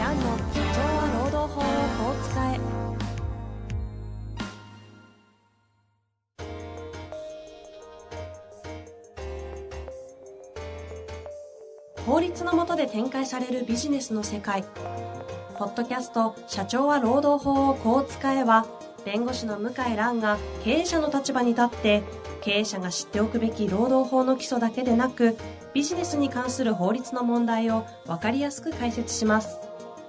蘭の社長は労働法をこう使え。法律の下で展開されるビジネスの世界。ポッドキャスト社長は労働法をこう使えは、弁護士の向井蘭が経営者の立場に立って経営者が知っておくべき労働法の基礎だけでなく、ビジネスに関する法律の問題を分かりやすく解説します。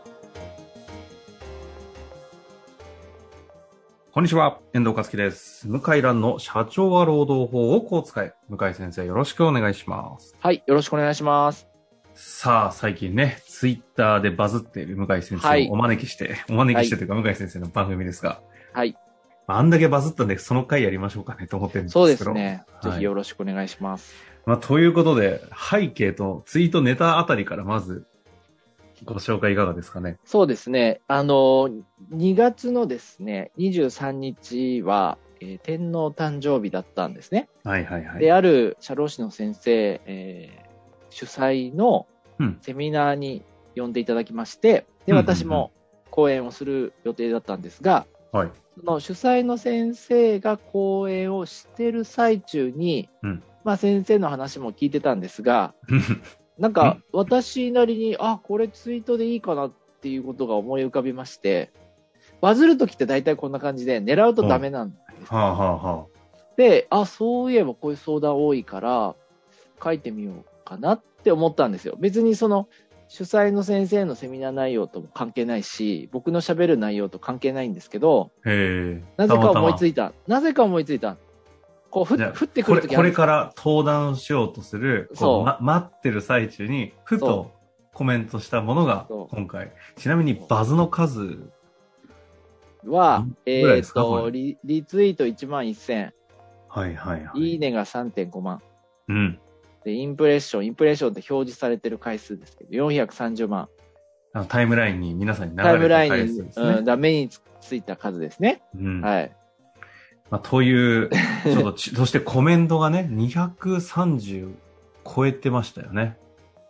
こんにちは、遠藤和樹です。向井蘭の社長は労働法をこう使え。向井先生、よろしくお願いします。 はい、よろしくお願いします。 さあ、最近ね、ツイッターでバズっている向井先生をお招きして、というか向井先生の番組ですが、 はい。 あんだけバズったんで、その回やりましょうかねと思ってるんですけど。 そうですね。ぜひよろしくお願いします。 ということで、背景とツイートネタあたりからまず、ご紹介いかがですかね。 そうですね。2月のですね、23日は、天皇誕生日だったんですね。 はいはいはい。 で、ある社労士の先生、主催のセミナーに呼んでいただきまして、で、私も講演をする予定だったんですが、 はい。 その主催の先生が講演をしてる最中に、先生の話も聞いてたんですが、なんか私なりに、これツイートでいいかなっていうことが思い浮かびまして、バズるときって大体こんな感じで狙うとダメなんです。で、そういえばこういう相談多いから書いてみようかなって思ったんですよ。別にその主催の先生のセミナー内容とも関係ないし、僕の喋る内容と関係ないんですけど、なぜか思いついた。こう降ってくるときこれから登壇しようとする、待ってる最中に、ふとコメントしたものが今回。ちなみにバズの数は、リツイート11,000。 はいはいはい。 いいねが 3.5 万。 うん。 で、インプレッションって表示されてる回数ですけど、430万。 タイムラインに皆さんに流れた回数ですね。 目についた数ですね。はい。 という、そしてコメントがね、230超えてましたよね。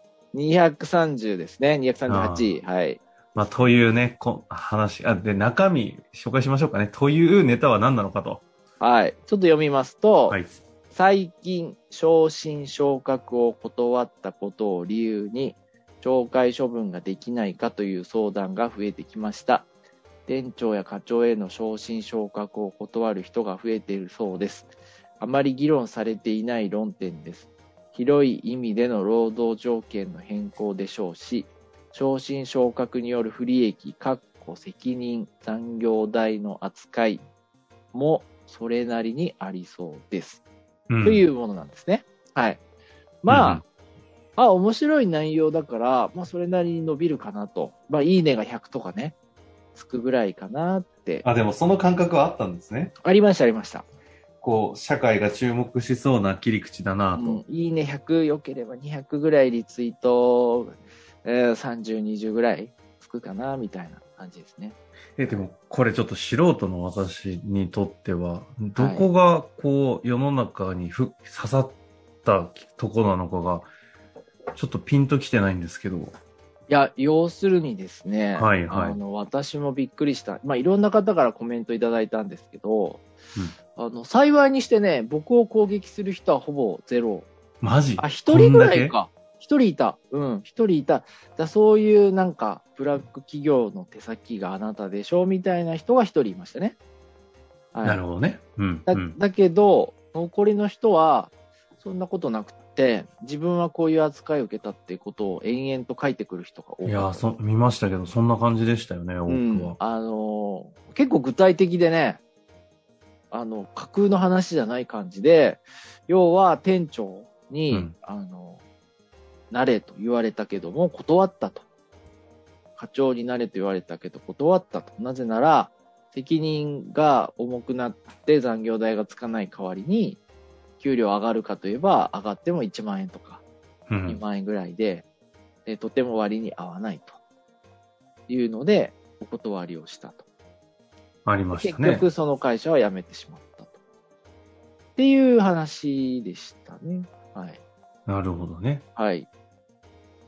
230ですね。238。はい。 というね、話、で、中身紹介しましょうかね。というネタは何なのかと。 はい。ちょっと読みますと、 はい。 最近、昇進昇格を断ったことを理由に、懲戒処分ができないかという相談が増えてきました。店長や課長への昇進昇格を断る人が増えているそうです。あまり議論されていない論点です。広い意味での労働条件の変更でしょうし、昇進昇格による不利益、責任、残業代の扱いもそれなりにありそうです。というものなんですね。はい。面白い内容だから、それなりに伸びるかなと。いいねが100とかね。つくぐらいかなって。 でもその感覚はあったんですね。 ありました。 社会が注目しそうな切り口だなと。 いいね100良ければ200ぐらいリツイート、30、20ぐらいつくかな、みたいな感じですね。 でも、これちょっと素人の私にとっては、どこが世の中に刺さったところなのかが、ちょっとピンときてないんですけど。 いや、要するにですね、私もびっくりした。いろんな方からコメントいただいたんですけど、幸いにしてね、僕を攻撃する人はほぼゼロ。 マジ？ 一人ぐらいか。一人いた。一人いた。そういうブラック企業の手先があなたでしょみたいな人が一人いましたね。 はい、なるほどね。 だけど、残りの人は、そんなことなくて、自分はこういう扱いを受けたっていうことを延々と書いてくる人が多かった。 見ましたけど、そんな感じでしたよね、多くは。結構具体的でね、架空の話じゃない感じで、要は店長に、なれと言われたけども断ったと。課長になれと言われたけど断ったと。なぜなら、責任が重くなって残業代がつかない代わりに、給料上がるかといえば上がっても1万円とか2万円ぐらいで、とても割に合わないというのでお断りをしたと。 ありましたね。 結局その会社は辞めてしまったと。っていう話でしたね。はい。 なるほどね。 はい。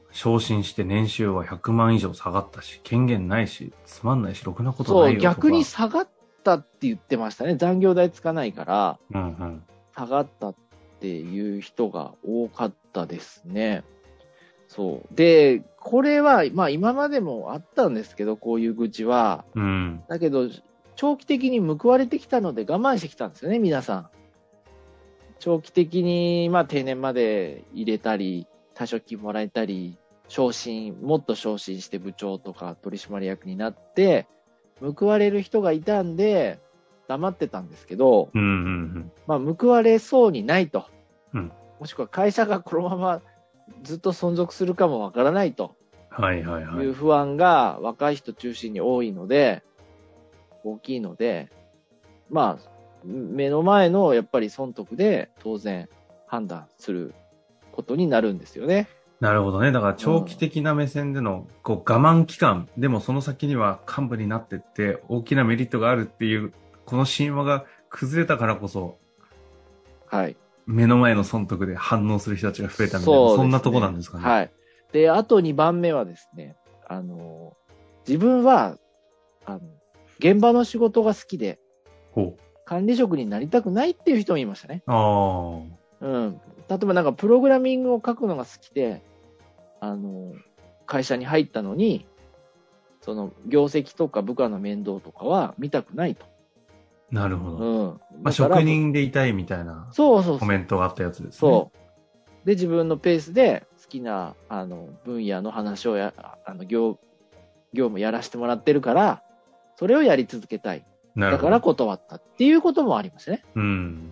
昇進して年収は100万以上下がったし、権限ないし、つまんないし、ろくなことそう、 ないよとか。 逆に下がったって言ってましたね。残業代つかないから、 うんうん。 下がったっていう人が多かったですね。そう。で、これは、まあ今までもあったんですけど、こういう愚痴は。 うん。 だけど、長期的に報われてきたので我慢してきたんですよね、皆さん。長期的に、まあ定年まで入れたり、退職金もらえたり、もっと昇進して部長とか取締役になって、報われる人がいたんで、黙ってたんですけど、 うんうんうん。 まあ報われそうにないと。 うん。 もしくは会社がこのままずっと存続するかもわからないとはいはいはいい。 う不安が若い人中心に多いので、大きいので、まあ、目の前のやっぱり損得で当然判断することになるんですよね。 なるほどね。だから長期的な目線でのこう我慢期間、でもその先には幹部になってって大きなメリットがあるっていう、この神話が崩れたからこそ、 はい。 目の前の損得で反応する人たちが増えたみたいな、 そうですね。 そんなとこなんですかね。 はい。で、あと2番目はですね、自分は、現場の仕事が好きで、 ほ管理職になりたくないっていう人もいましたね。 う。ああ。 うん。例えばなんかプログラミングを書くのが好きで、会社に入ったのに、その業績とか部下の面倒とかは見たくないと。 なるほど。 うん。 まあ、 だから職人でいたいみたいなそうそうそう。 コメントがあったやつですね。 そう。で、自分のペースで好きな、分野の話を業務やらせてもらってるから、それをやり続けたい。だからなるほど。 断ったっていうこともありますね。 うん。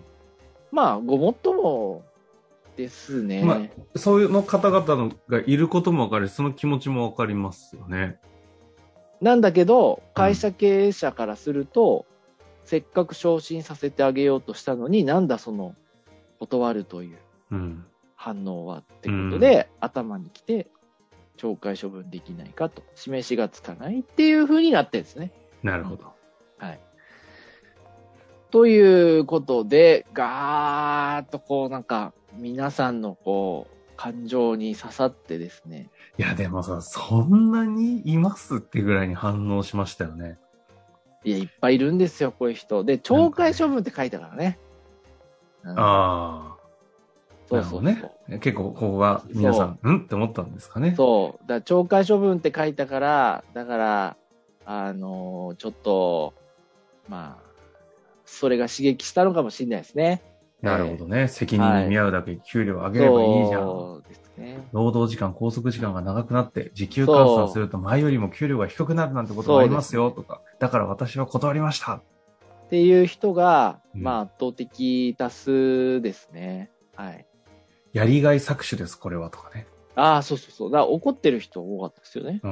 まあ、ごもっともですね。 まあ、そういうの方々のがいることもわかるし、その気持ちもわかりますよね。 なんだけど、会社経営者からすると、せっかく昇進させてあげようとしたのに、なんだその、断るといううん。 反応はってことで、頭に来て、懲戒処分できないかと、示しがつかないっていう風になってるんですね。 なるほど。 はい。ということで、ガーッとこうなんか、皆さんのこう、感情に刺さってですね。 いや、でもさ、そんなにいますってぐらいに反応しましたよね。 いや、いっぱいいるんですよ、こういう人。で、懲戒処分って書いたからね。うん、 ああ。 そうそうそう。 なるほどね。結構、ここが皆さん、って思ったんですかね。 そう。だから懲戒処分って書いたから、だから、ちょっと、まあ、それが刺激したのかもしれないですね。 なるほどね。責任に見合うだけ給料を上げればいいじゃん。 そうですね。 労働時間、拘束時間が長くなって、時給換算すると前よりも給料が低くなるなんてことがありますよとか、だから私は断りました。 っていう人が、 うんまあ圧倒的多数ですね。はい。 やりがい搾取です、これはとかね。 ああ、そうそうそう。だから怒ってる人多かったですよね。 うん。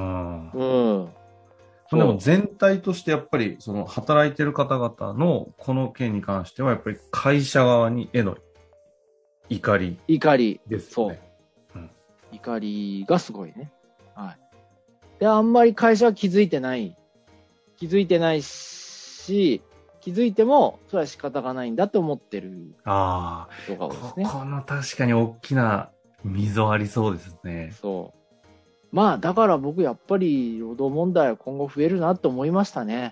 うん。 でも全体としてやっぱり、その働いてる方々のこの件に関しては、やっぱり会社側にへの怒り怒り。 ですよね。 そう。怒りがすごいね。はい。で、あんまり会社は気づいてない。気づいてないし、気づいても、それは仕方がないんだと思ってるあ人が多いですあ、 ね。 この確かに大きな溝ありそうですね。 そう。まあ、だから僕やっぱり労働問題は今後増えるなと思いましたね。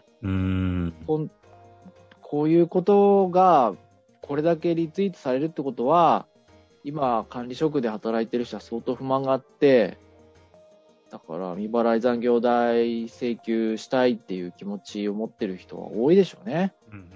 こういうことが、これだけリツイートされるってことは、今、管理職で働いてる人は相当不満があって。だから未払い残業代請求したいっていう気持ちを持ってる人は多いでしょうね。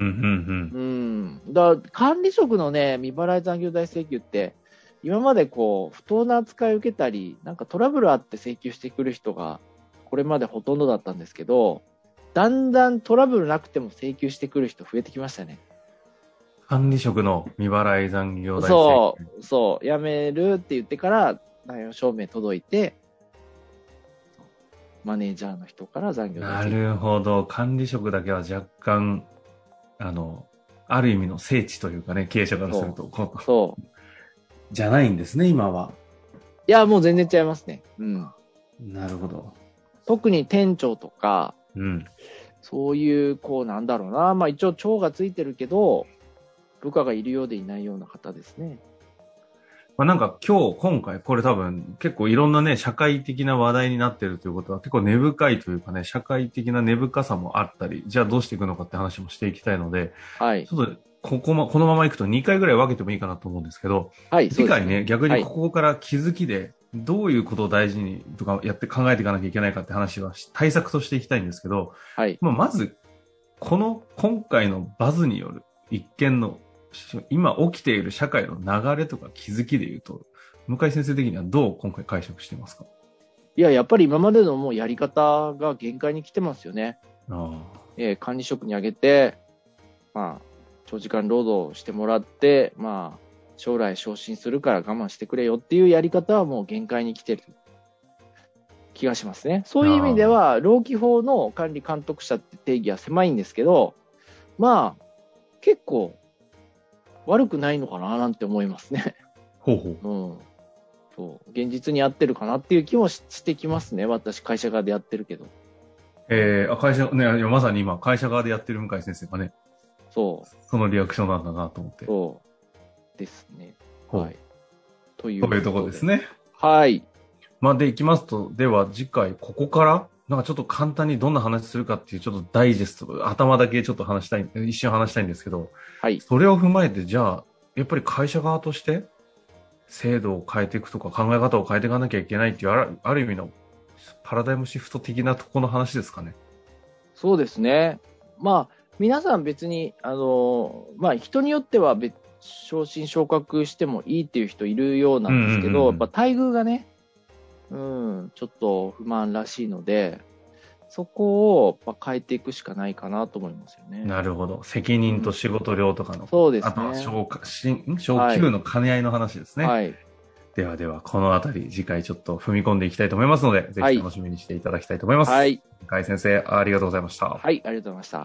だから管理職のね、未払い残業代請求って、今までこう、不当な扱いを受けたり、なんかトラブルあって請求してくる人が、これまでほとんどだったんですけど、だんだんトラブルなくても請求してくる人増えてきましたね。 管理職の未払い残業代請求。 そう、辞めるって言ってから、内容証明届いて、マネージャーの人から残業なるほど。管理職だけは若干、ある意味の聖地というかね、経営者からすると。 そう。 じゃないんですね、今は。 いや、もう全然違いますね。うん。 なるほど。 特に店長とか、 うん。 そういう、こう、なんだろうな。まあ一応、長がついてるけど、部下がいるようでいないような方ですね。 なんか今回これ多分結構いろんなね、社会的な話題になってるということは結構根深いというかね、社会的な根深さもあったり、じゃあどうしていくのかって話もしていきたいので、 はい。 ちょっとこのままいくと2回ぐらい分けてもいいかなと思うんですけど、 はい、そうです次回ね、逆にはい。 ここから気づきで、どういうことを大事にとかやって考えていかなきゃいけないかって話は対策としていきたいんですけど、 はい。 まず、今回のバズによる一見の今起きている社会の流れとか気づきで言うと、向井先生的にはどう今回解釈してますか？ いや、やっぱり今までのもうやり方が限界に来てますよね。 あ管理職に上げて、長時間労働してもらって、将来昇進するから我慢してくれよっていうやり方はもう限界に来てる気がしますね。そういう意味では、労基法の管理監督者って定義は狭いんですけど、結構悪くないのかななんて思いますね。 ほうほう。 うん。そう。現実に合ってるかなっていう気もしてきますね。私、会社側でやってるけど。 会社、ね、まさに今、会社側でやってる向井先生がね、 そのリアクションなんだなと思って。 そうですね。はい。というところですね。 はい。 で、いきますと、では次回、ここから、なんかちょっと簡単にどんな話するかっていう、ちょっとダイジェスト、頭だけちょっと一瞬話したいんですけど、 はい。 それを踏まえて、じゃあ、やっぱり会社側として、制度を変えていくとか考え方を変えていかなきゃいけないっていう、ある意味のパラダイムシフト的なところの話ですかね。 そうですね。皆さん別に、人によっては昇進昇格してもいいっていう人いるようなんですけど、やっぱ待遇がね、ちょっと不満らしいので、そこを変えていくしかないかなと思いますよね。 なるほど。責任と仕事量とかの。 そうですね。 あとは昇給の兼ね合いの話ですね。 はい。 では、このあたり、次回ちょっと踏み込んでいきたいと思いますので、ぜひ楽しみにしていただきたいと思います。はい。向井先生、ありがとうございました。 はい、ありがとうございました。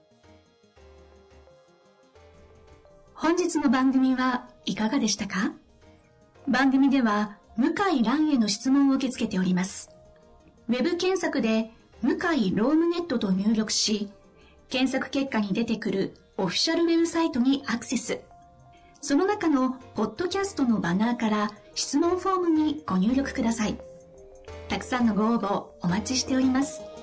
本日の番組はいかがでしたか？番組では、向井蘭への質問を受け付けております。ウェブ検索で、向井ロームネットと入力し、検索結果に出てくるオフィシャルウェブサイトにアクセス。その中のポッドキャストのバナーから質問フォームにご入力ください。たくさんのご応募お待ちしております。